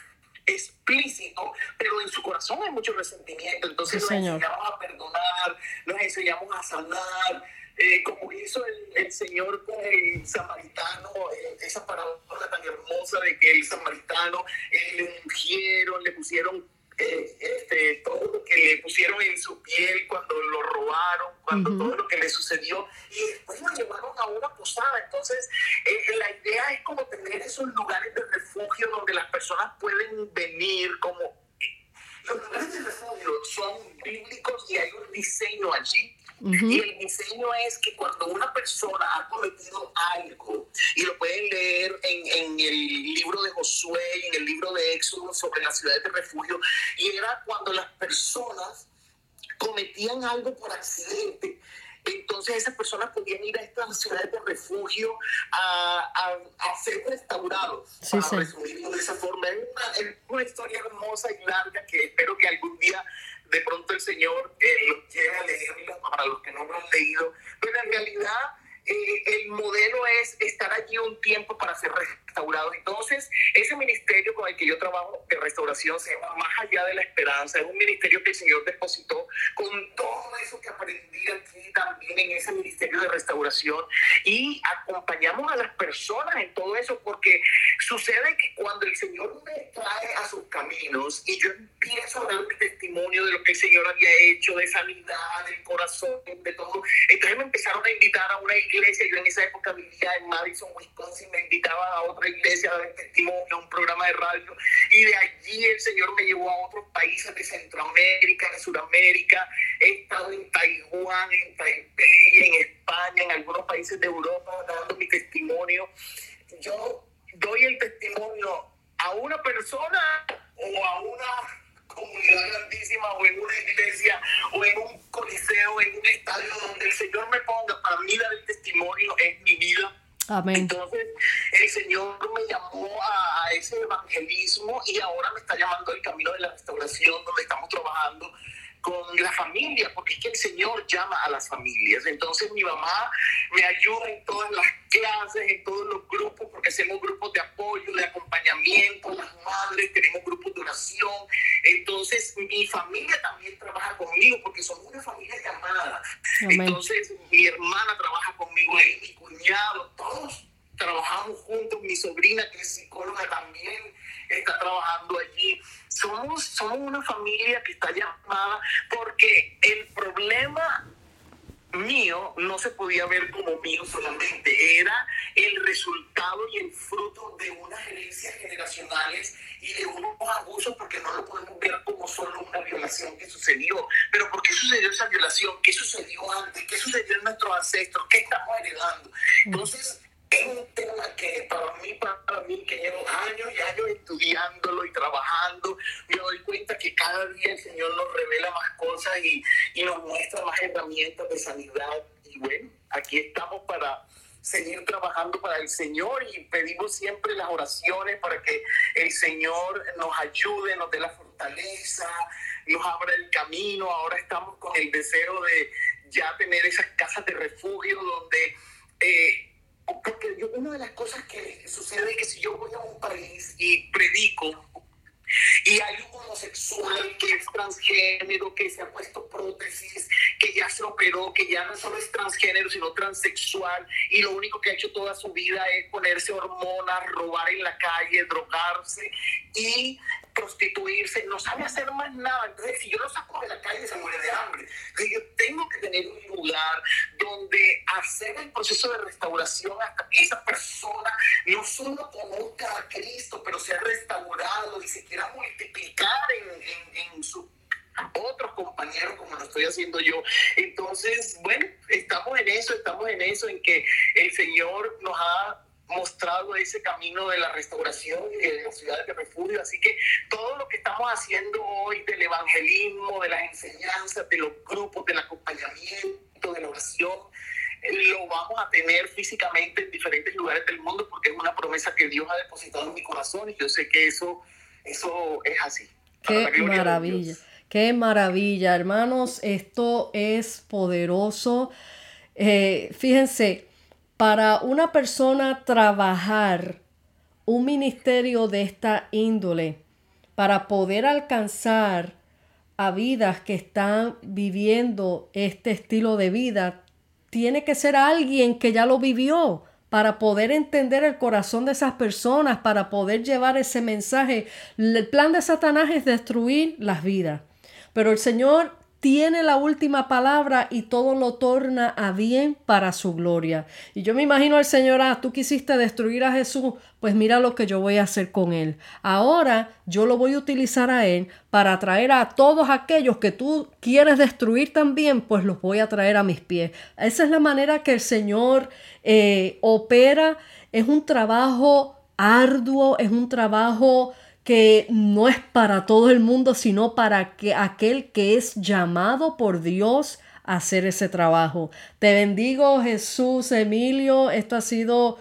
explícito, pero en su corazón hay mucho resentimiento. Entonces sí, nos enseñamos a perdonar, nos enseñamos a sanar, eh, como hizo el, el Señor con el samaritano, eh, esa parábola tan hermosa de que el samaritano eh, le ungieron, le pusieron eh, este, todo lo que le pusieron en su piel cuando lo robaron, cuando uh-huh. todo lo que le sucedió, y después lo llevaron a una posada. Entonces eh, la idea es como tener esos lugares de refugio donde las personas pueden venir. Como eh, los lugares de refugio son bíblicos y hay un diseño allí. Uh-huh. Y el diseño es que cuando una persona ha cometido algo, y lo pueden leer en, en el libro de Josué y en el libro de Éxodo sobre las ciudades de refugio, y era cuando las personas cometían algo por accidente, entonces esas personas podían ir a estas ciudades de refugio a, a, a ser restaurados, sí, para sí. resumirlo de esa forma. Es una, es una historia hermosa y larga que espero que algún día de pronto el Señor eh, los lleve a leerla para los que no lo han leído. Pero en realidad eh, el modelo es estar allí un tiempo para ser restaurados restaurados. Entonces, ese ministerio con el que yo trabajo de restauración se llama Más Allá de la Esperanza. Es un ministerio que el Señor depositó con todo eso que aprendí aquí también en ese ministerio de restauración, y acompañamos a las personas en todo eso, porque sucede que cuando el Señor me trae a sus caminos y yo empiezo a dar mi testimonio de lo que el Señor había hecho, de sanidad, del corazón, de todo, entonces me empezaron a invitar a una iglesia. Yo en esa época vivía en Madison, Wisconsin. Me invitaban a otra iglesia a dar testimonio, a un programa de radio, y de allí el Señor me llevó a otros países de Centroamérica, de Sudamérica. He estado en Taiwán, en Taipei, en España, en algunos países de Europa, dando mi testimonio. Yo doy el testimonio a una persona o a una comunidad grandísima, o en una iglesia, o en un coliseo, en un estadio, donde el Señor me ponga. Para mí dar el testimonio es mi vida. Amén. Entonces el Señor me llamó a, a ese evangelismo, y ahora me está llamando al camino de la restauración, donde estamos trabajando con la familia, porque es que el Señor llama a las familias. Entonces mi mamá me ayuda en todas las clases, en todos los grupos, porque hacemos grupos de apoyo, de acompañamiento, las madres, tenemos grupos de oración. Entonces mi familia también trabaja conmigo, porque somos una familia llamada. Amén. Entonces mi hermana trabaja conmigo ahí, mi cuñado, todos trabajamos juntos. Mi sobrina, que es psicóloga, también está trabajando allí. Somos, somos una familia que está llamada, porque el problema mío no se podía ver como mío solamente, era el resultado y el fruto de unas herencias generacionales y de unos abusos, porque no lo podemos ver como solo una violación que sucedió. Pero ¿por qué sucedió esa violación? ¿Qué sucedió antes? ¿Qué sucedió en nuestros ancestros? ¿Qué estamos heredando? Entonces, es un tema que para mí, para mí, que llevo años y años estudiándolo y trabajando, me doy cuenta que cada día el Señor nos revela más cosas y, y nos muestra más herramientas de sanidad. Y bueno, aquí estamos para seguir trabajando para el Señor, y pedimos siempre las oraciones para que el Señor nos ayude, nos dé la fortaleza, nos abra el camino. Ahora estamos con el deseo de ya tener esas casas de refugio donde... Eh, Porque yo, una de las cosas que sucede es que si yo voy a un país y predico, y hay un homosexual que es transgénero, que se ha puesto prótesis, que ya se operó, que ya no solo es transgénero, sino transexual, y lo único que ha hecho toda su vida es ponerse hormonas, robar en la calle, drogarse y prostituirse, no sabe hacer más nada. Entonces, si yo lo saco de la calle, se muere de hambre. Entonces, yo tengo que tener un lugar donde hacer el proceso de restauración hasta que esa persona no solo conozca a Cristo, pero sea restaurado y se quiera multiplicar en, en, en sus otros compañeros, como lo estoy haciendo yo. Entonces, bueno, estamos en eso, estamos en eso, en que el Señor nos ha mostrado ese camino de la restauración y de las ciudades de refugio. Así que todo lo que estamos haciendo hoy del evangelismo, de las enseñanzas, de los grupos, del acompañamiento, de la oración, lo vamos a tener físicamente en diferentes lugares del mundo, porque es una promesa que Dios ha depositado en mi corazón, y yo sé que eso, eso es así. Qué maravilla, qué maravilla, hermanos, esto es poderoso. Eh, fíjense, para una persona trabajar un ministerio de esta índole, para poder alcanzar a vidas que están viviendo este estilo de vida, tiene que ser alguien que ya lo vivió, para poder entender el corazón de esas personas, para poder llevar ese mensaje. El plan de Satanás es destruir las vidas, pero el Señor tiene la última palabra y todo lo torna a bien para su gloria. Y yo me imagino al Señor, ah, tú quisiste destruir a Jesús, pues mira lo que yo voy a hacer con él. Ahora yo lo voy a utilizar a él para atraer a todos aquellos que tú quieres destruir también, pues los voy a traer a mis pies. Esa es la manera que el Señor eh, opera. Es un trabajo arduo, es un trabajo que no es para todo el mundo, sino para que aquel que es llamado por Dios a hacer ese trabajo. Te bendigo, Jesús, Emilio. Esto ha sido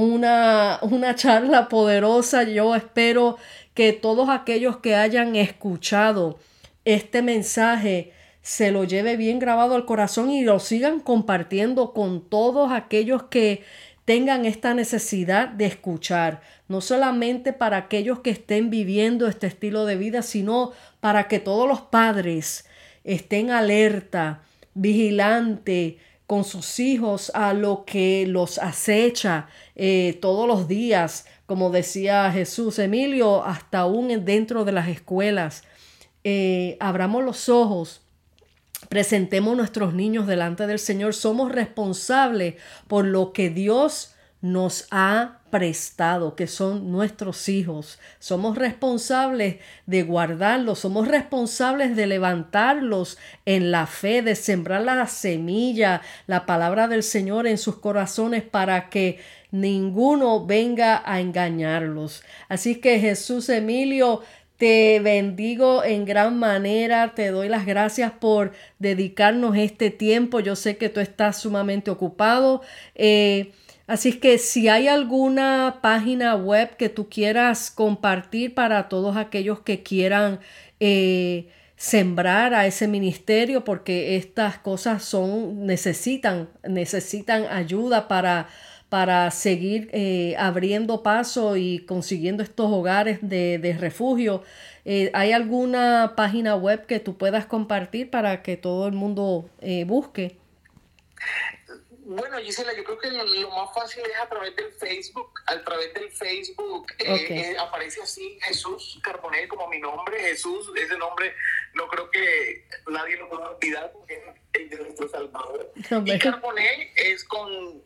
una, una charla poderosa. Yo espero que todos aquellos que hayan escuchado este mensaje se lo lleve bien grabado al corazón y lo sigan compartiendo con todos aquellos que tengan esta necesidad de escuchar, no solamente para aquellos que estén viviendo este estilo de vida, sino para que todos los padres estén alerta, vigilante con sus hijos a lo que los acecha eh, todos los días, como decía Jesús. Emilio, hasta aún dentro de las escuelas, eh, abramos los ojos, presentemos nuestros niños delante del Señor. Somos responsables por lo que Dios nos ha prestado, que son nuestros hijos. Somos responsables de guardarlos, somos responsables de levantarlos en la fe, de sembrar la semilla, la palabra del Señor en sus corazones para que ninguno venga a engañarlos. Así que Jesús, Emilio, te bendigo en gran manera, te doy las gracias por dedicarnos este tiempo. Yo sé que tú estás sumamente ocupado. Eh, Así es que si hay alguna página web que tú quieras compartir para todos aquellos que quieran eh, sembrar a ese ministerio, porque estas cosas son, necesitan, necesitan ayuda para, para seguir eh, abriendo paso y consiguiendo estos hogares de, de refugio. Eh, ¿Hay alguna página web que tú puedas compartir para que todo el mundo eh, busque? Bueno, Gisela, yo creo que lo, lo más fácil es a través del Facebook. A través del Facebook eh, Okay. eh, aparece así Jesús Carbonell como mi nombre. Jesús, ese nombre no creo que nadie lo pueda olvidar porque es el de nuestro Salvador. No, y Carbonell es con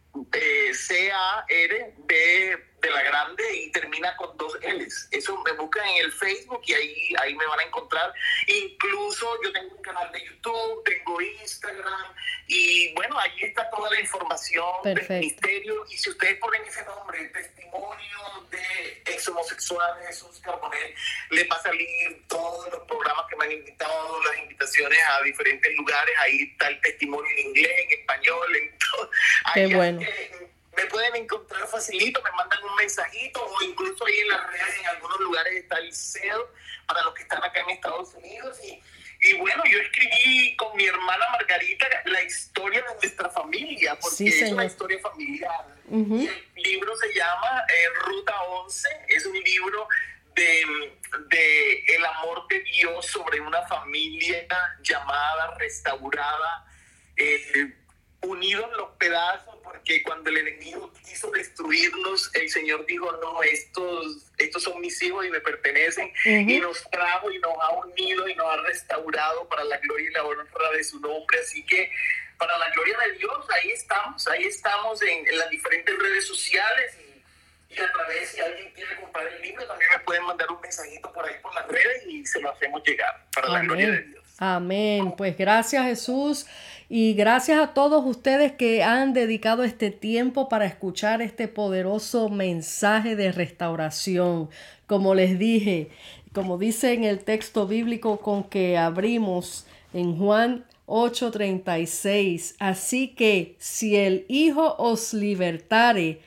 eh, C A R B de la grande y termina con dos L's. Eso me buscan en el Facebook y ahí, ahí me van a encontrar. Incluso yo tengo un canal de YouTube, tengo Instagram y bueno, ahí está toda la información. Perfecto. Del ministerio. Y si ustedes ponen ese nombre, Testimonio de Ex Homosexual Jesús Carbonell, le va a salir todos los programas que me han invitado, las invitaciones a diferentes lugares. Ahí está el testimonio en inglés, en español, en todo. Qué ahí bueno. Hay, me pueden encontrar facilito, me mandan un mensajito o incluso ahí en las redes, en algunos lugares está el C E L para los que están acá en Estados Unidos. Y, y bueno, yo escribí con mi hermana Margarita la historia de nuestra familia, porque sí, es una historia familiar. Uh-huh. Y el libro se llama eh, Ruta once, es un libro de, de el amor de Dios sobre una familia llamada, restaurada, eh, unidos los pedazos, porque cuando el enemigo quiso destruirnos, el Señor dijo, no, estos, estos son mis hijos y me pertenecen, uh-huh. y nos trajo y nos ha unido y nos ha restaurado para la gloria y la honra de su nombre. Así que para la gloria de Dios, ahí estamos, ahí estamos en, en las diferentes redes sociales y, y a través, si alguien quiere comprar el libro, también me pueden mandar un mensajito por ahí por las redes y se lo hacemos llegar para Amén. La gloria de Dios. Amén. Pues gracias, Jesús. Y gracias a todos ustedes que han dedicado este tiempo para escuchar este poderoso mensaje de restauración. Como les dije, como dice en el texto bíblico con que abrimos en Juan ocho treinta y seis, así que si el Hijo os libertare,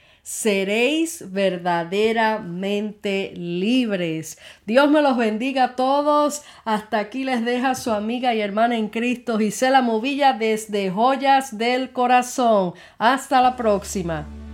seréis verdaderamente libres. Dios me los bendiga a todos. Hasta aquí les deja su amiga y hermana en Cristo, Gisela Movilla, desde Joyas del Corazón. Hasta la próxima.